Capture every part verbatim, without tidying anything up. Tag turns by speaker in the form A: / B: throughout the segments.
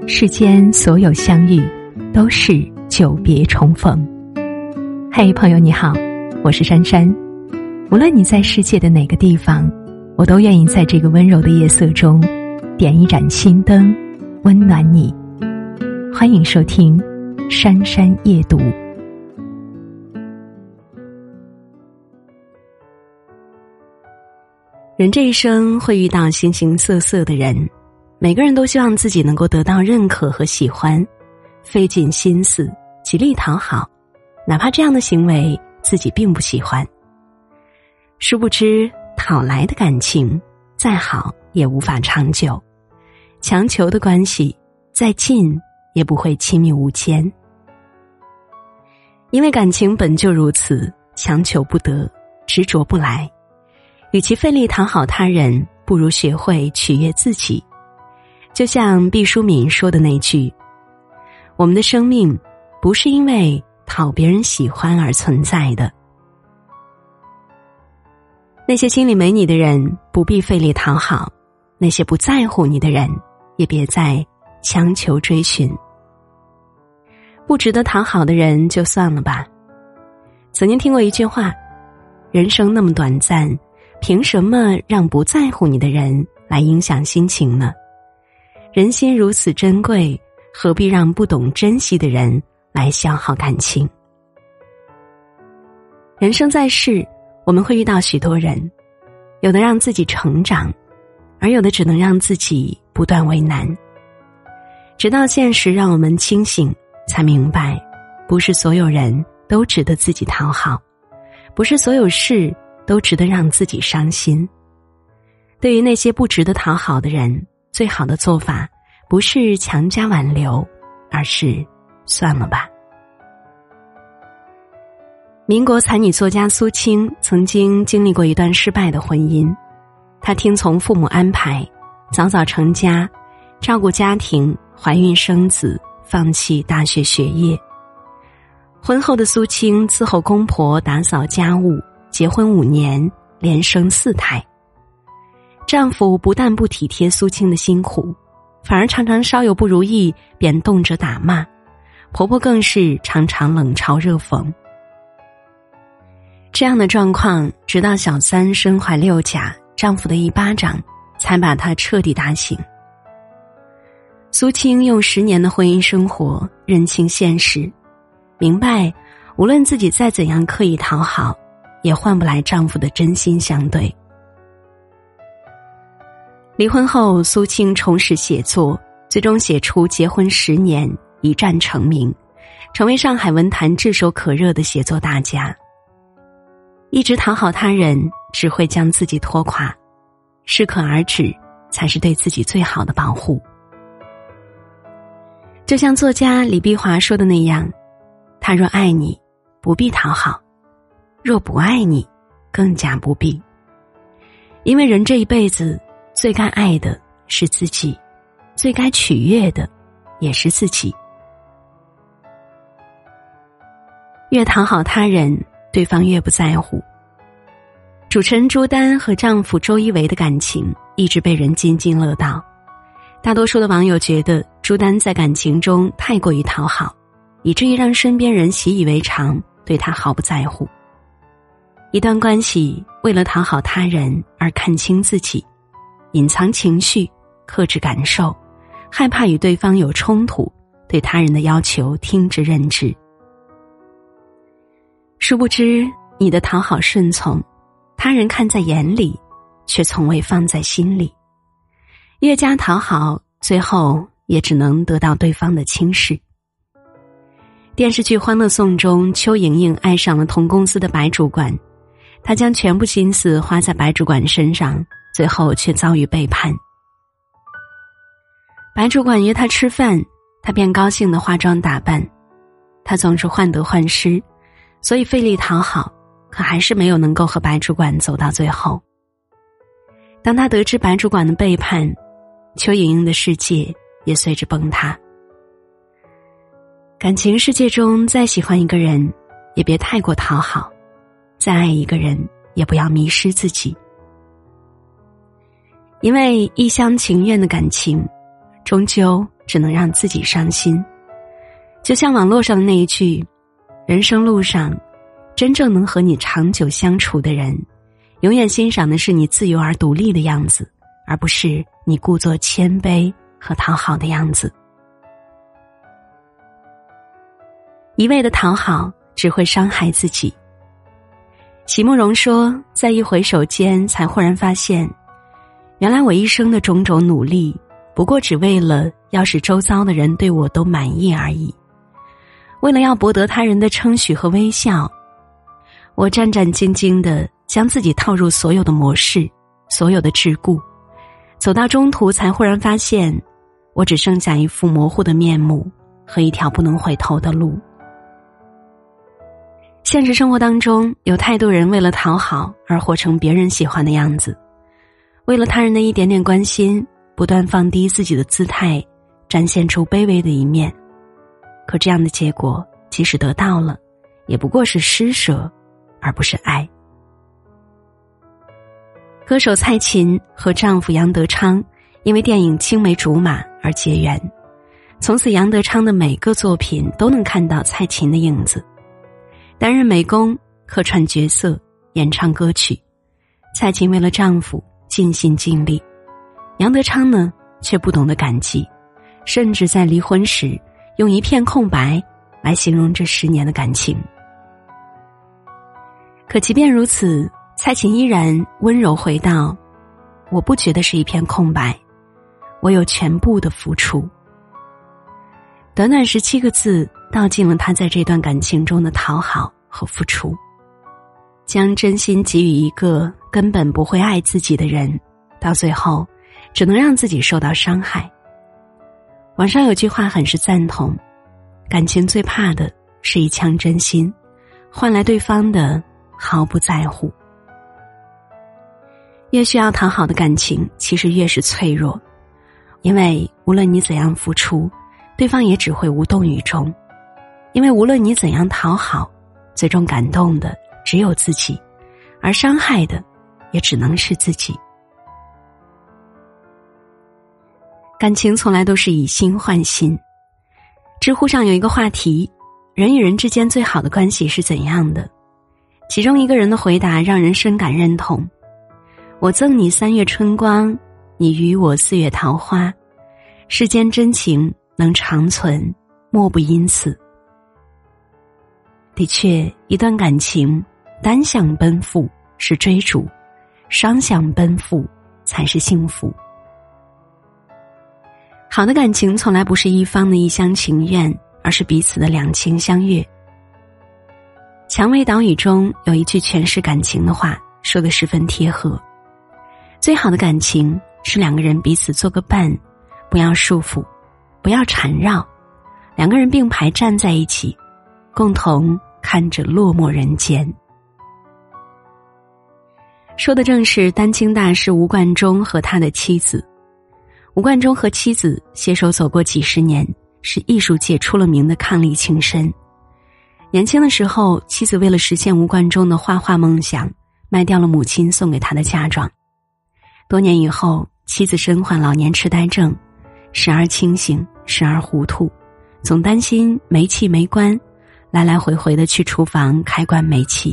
A: 世间所有相遇，都是久别重逢。嘿，朋友你好，我是珊珊。无论你在世界的哪个地方，我都愿意在这个温柔的夜色中，点一盏心灯，温暖你。欢迎收听珊珊夜读。人这一生会遇到形形色色的人，每个人都希望自己能够得到认可和喜欢，费尽心思极力讨好，哪怕这样的行为自己并不喜欢。殊不知讨来的感情再好也无法长久，强求的关系再近也不会亲密无间。因为感情本就如此，强求不得，执着不来，与其费力讨好他人，不如学会取悦自己。就像毕淑敏说的那句，我们的生命不是因为讨别人喜欢而存在的。那些心里没你的人不必费力讨好，那些不在乎你的人也别再强求追寻。不值得讨好的人就算了吧。曾经听过一句话，人生那么短暂，凭什么让不在乎你的人来影响心情呢？人心如此珍贵，何必让不懂珍惜的人来消耗感情？人生在世，我们会遇到许多人，有的让自己成长，而有的只能让自己不断为难。直到现实让我们清醒，才明白，不是所有人都值得自己讨好，不是所有事都值得让自己伤心。对于那些不值得讨好的人，最好的做法不是强加挽留，而是算了吧。民国才女作家苏青曾经经历过一段失败的婚姻，她听从父母安排，早早成家，照顾家庭，怀孕生子，放弃大学学业。婚后的苏青伺候公婆打扫家务，结婚五年，连生四胎。丈夫不但不体贴苏青的辛苦，反而常常稍有不如意便动辄打骂，婆婆更是常常冷嘲热讽。这样的状况直到小三身怀六甲，丈夫的一巴掌才把她彻底打醒。苏青用十年的婚姻生活认清现实，明白无论自己再怎样刻意讨好，也换不来丈夫的真心相对。离婚后，苏青重拾写作，最终写出《结婚十年》，一战成名，成为上海文坛炙手可热的写作大家。一直讨好他人，只会将自己拖垮，适可而止才是对自己最好的保护。就像作家李碧华说的那样，他若爱你，不必讨好；若不爱你，更加不必。因为人这一辈子，最该爱的是自己，最该取悦的也是自己。越讨好他人，对方越不在乎。主持人朱丹和丈夫周一围的感情一直被人津津乐道，大多数的网友觉得朱丹在感情中太过于讨好，以至于让身边人习以为常，对她毫不在乎。一段关系为了讨好他人而看清自己，隐藏情绪，克制感受，害怕与对方有冲突，对他人的要求听之任之。殊不知你的讨好顺从，他人看在眼里，却从未放在心里。越加讨好，最后也只能得到对方的轻视。电视剧《欢乐颂》中，邱莹莹爱上了同公司的白主管，她将全部心思花在白主管身上，最后却遭遇背叛。白主管约她吃饭，她便高兴地化妆打扮。她总是患得患失，所以费力讨好，可还是没有能够和白主管走到最后。当她得知白主管的背叛，邱莹莹的世界也随之崩塌。感情世界中，再喜欢一个人，也别太过讨好；再爱一个人，也不要迷失自己。因为一厢情愿的感情，终究只能让自己伤心。就像网络上的那一句，人生路上真正能和你长久相处的人，永远欣赏的是你自由而独立的样子，而不是你故作谦卑和讨好的样子。一味的讨好只会伤害自己。席慕容说，在一回首间才忽然发现，原来我一生的种种努力不过只为了要使周遭的人对我都满意而已。为了要博得他人的称许和微笑，我战战兢兢地将自己套入所有的模式，所有的桎梏，走到中途才忽然发现，我只剩下一副模糊的面目和一条不能回头的路。现实生活当中，有太多人为了讨好而活成别人喜欢的样子，为了他人的一点点关心，不断放低自己的姿态，展现出卑微的一面。可这样的结果，即使得到了，也不过是施舍，而不是爱。歌手蔡琴和丈夫杨德昌因为电影《青梅竹马》而结缘，从此杨德昌的每个作品都能看到蔡琴的影子。担任美工，客串角色，演唱歌曲，蔡琴为了丈夫尽心尽力，杨德昌呢却不懂得感激，甚至在离婚时用一片空白来形容这十年的感情。可即便如此，蔡琴依然温柔回道，我不觉得是一片空白，我有全部的付出。短短十七个字道尽了他在这段感情中的讨好和付出，将真心给予一个根本不会爱自己的人，到最后只能让自己受到伤害。网上有句话很是赞同，感情最怕的是一腔真心换来对方的毫不在乎。越需要讨好的感情其实越是脆弱，因为无论你怎样付出，对方也只会无动于衷。因为无论你怎样讨好，最终感动的只有自己，而伤害的也只能是自己。感情从来都是以心换心。知乎上有一个话题，人与人之间最好的关系是怎样的？其中一个人的回答让人深感认同。我赠你三月春光，你予我四月桃花，世间真情能长存，莫不因此。的确，一段感情单向奔赴是追逐，双向奔赴才是幸福。好的感情从来不是一方的一厢情愿，而是彼此的两情相悦。蔷薇岛屿中有一句诠释感情的话，说得十分贴合。最好的感情是两个人彼此做个伴，不要束缚，不要缠绕，两个人并排站在一起，共同看着落寞人间。说的正是丹青大师吴冠中和他的妻子。吴冠中和妻子携手走过几十年，是艺术界出了名的伉俪情深。年轻的时候，妻子为了实现吴冠中的画画梦想，卖掉了母亲送给他的嫁妆。多年以后，妻子身患老年痴呆症，时而清醒，时而糊涂，总担心煤气没关，来来回回的去厨房开关煤气。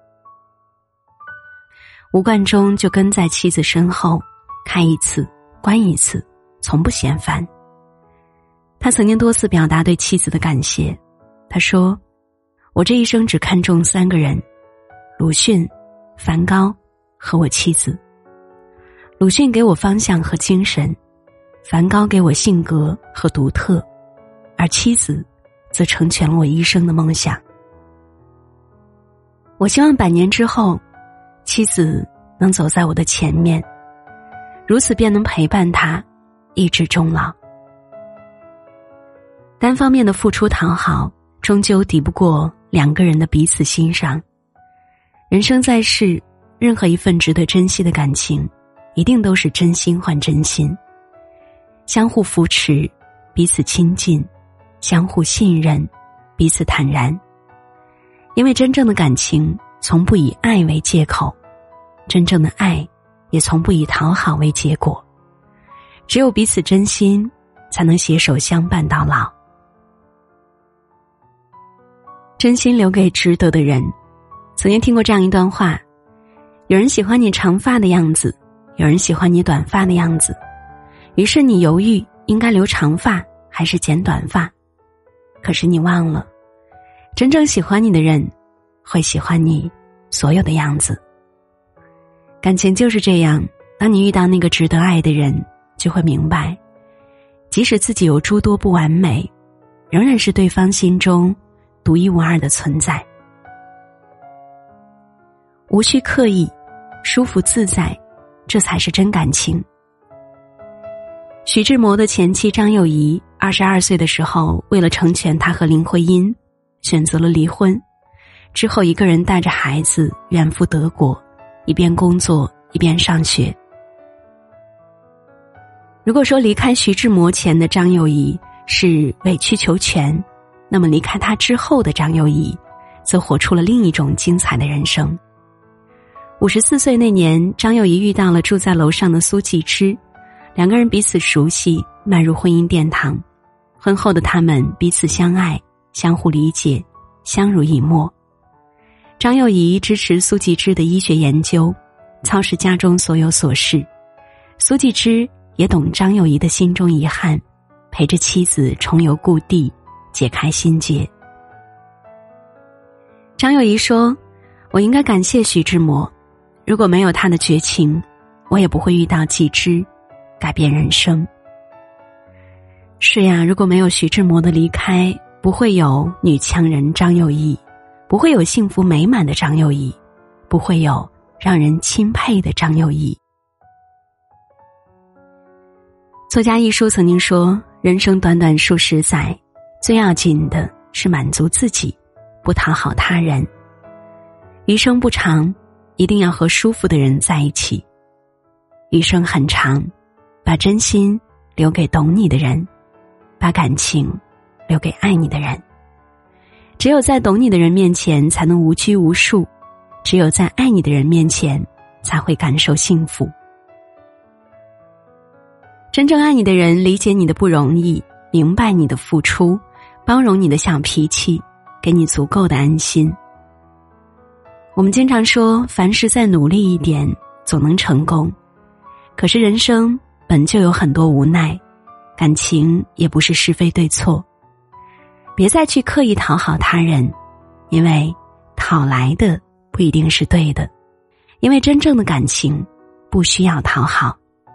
A: 吴冠中就跟在妻子身后，开一次关一次，从不嫌烦。他曾经多次表达对妻子的感谢，他说，我这一生只看重三个人，鲁迅、梵高和我妻子。鲁迅给我方向和精神，梵高给我性格和独特，而妻子则成全了我一生的梦想。我希望百年之后，妻子能走在我的前面，如此便能陪伴他一直终老。单方面的付出讨好，终究抵不过两个人的彼此欣赏。人生在世，任何一份值得珍惜的感情，一定都是真心换真心，相互扶持，彼此亲近，相互信任，彼此坦然。因为真正的感情从不以爱为借口，真正的爱也从不以讨好为结果。只有彼此真心， 才能携手相伴到老。真心留给值得的人。曾经听过这样一段话，有人喜欢你长发的样子，有人喜欢你短发的样子，于是你犹豫应该留长发还是剪短发。可是你忘了，真正喜欢你的人会喜欢你所有的样子。感情就是这样，当你遇到那个值得爱的人，就会明白，即使自己有诸多不完美，仍然是对方心中独一无二的存在。无需刻意，舒服自在，这才是真感情。徐志摩的前妻张幼仪二十二岁的时候，为了成全他和林徽因，选择了离婚，之后一个人带着孩子远赴德国，一边工作一边上学。如果说离开徐志摩前的张幼仪是委曲求全，那么离开他之后的张幼仪则活出了另一种精彩的人生。五十四岁那年，张幼仪遇到了住在楼上的苏纪之，两个人彼此熟悉，迈入婚姻殿堂。婚后的他们彼此相爱，相互理解，相濡以沫。张幼仪支持苏纪之的医学研究，操持家中所有琐事。苏纪之也懂张幼仪的心中遗憾，陪着妻子重游故地，解开心结。张幼仪说，我应该感谢徐志摩，如果没有他的绝情，我也不会遇到纪之，改变人生。是呀，如果没有徐志摩的离开，不会有女强人张幼仪，不会有幸福美满的张幼仪，不会有让人钦佩的张幼仪。作家一书曾经说，人生短短数十载，最要紧的是满足自己，不讨好他人。余生不长，一定要和舒服的人在一起。余生很长，把真心留给懂你的人，把感情留给爱你的人。只有在懂你的人面前才能无拘无束，只有在爱你的人面前才会感受幸福。真正爱你的人理解你的不容易，明白你的付出，包容你的小脾气，给你足够的安心。我们经常说，凡事再努力一点，总能成功。可是人生本就有很多无奈，感情也不是是非对错。别再去刻意讨好他人，因为讨来的不一定是对的，因为真正的感情不需要讨好。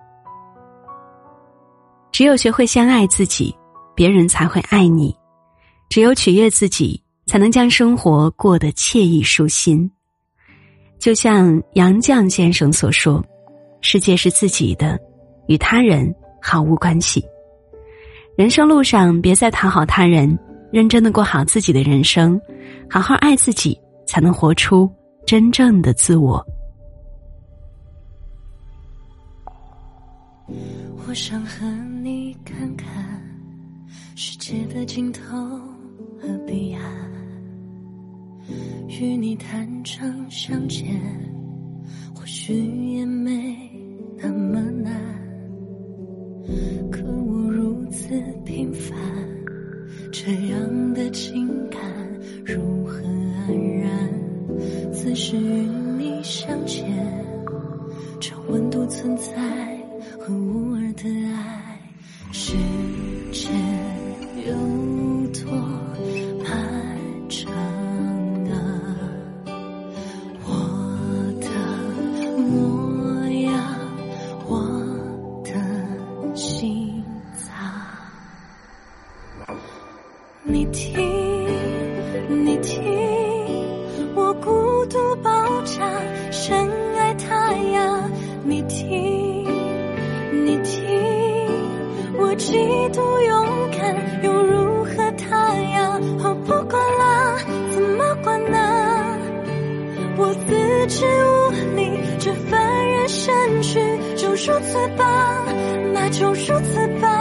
A: 只有学会先爱自己，别人才会爱你。只有取悦自己，才能将生活过得惬意舒心。就像杨绛先生所说，世界是自己的，与他人毫无关系。人生路上别再讨好他人，认真的过好自己的人生，好好爱自己，才能活出真正的自我。
B: 我想和你看看世界的尽头和彼岸，与你坦诚相见，或许也没那么难。可我如此平凡，这样的情感如何安然？此时与你相见，这温度存在和无二的爱，时间有多漫长啊？我的模样，我的心脏，你听，你听，我孤独爆炸，深爱他呀，你听。你听，我极度勇敢，又如何他呀？我不管啦，怎么管呢？我自知无力，这凡人生去就如此吧，那就如此吧。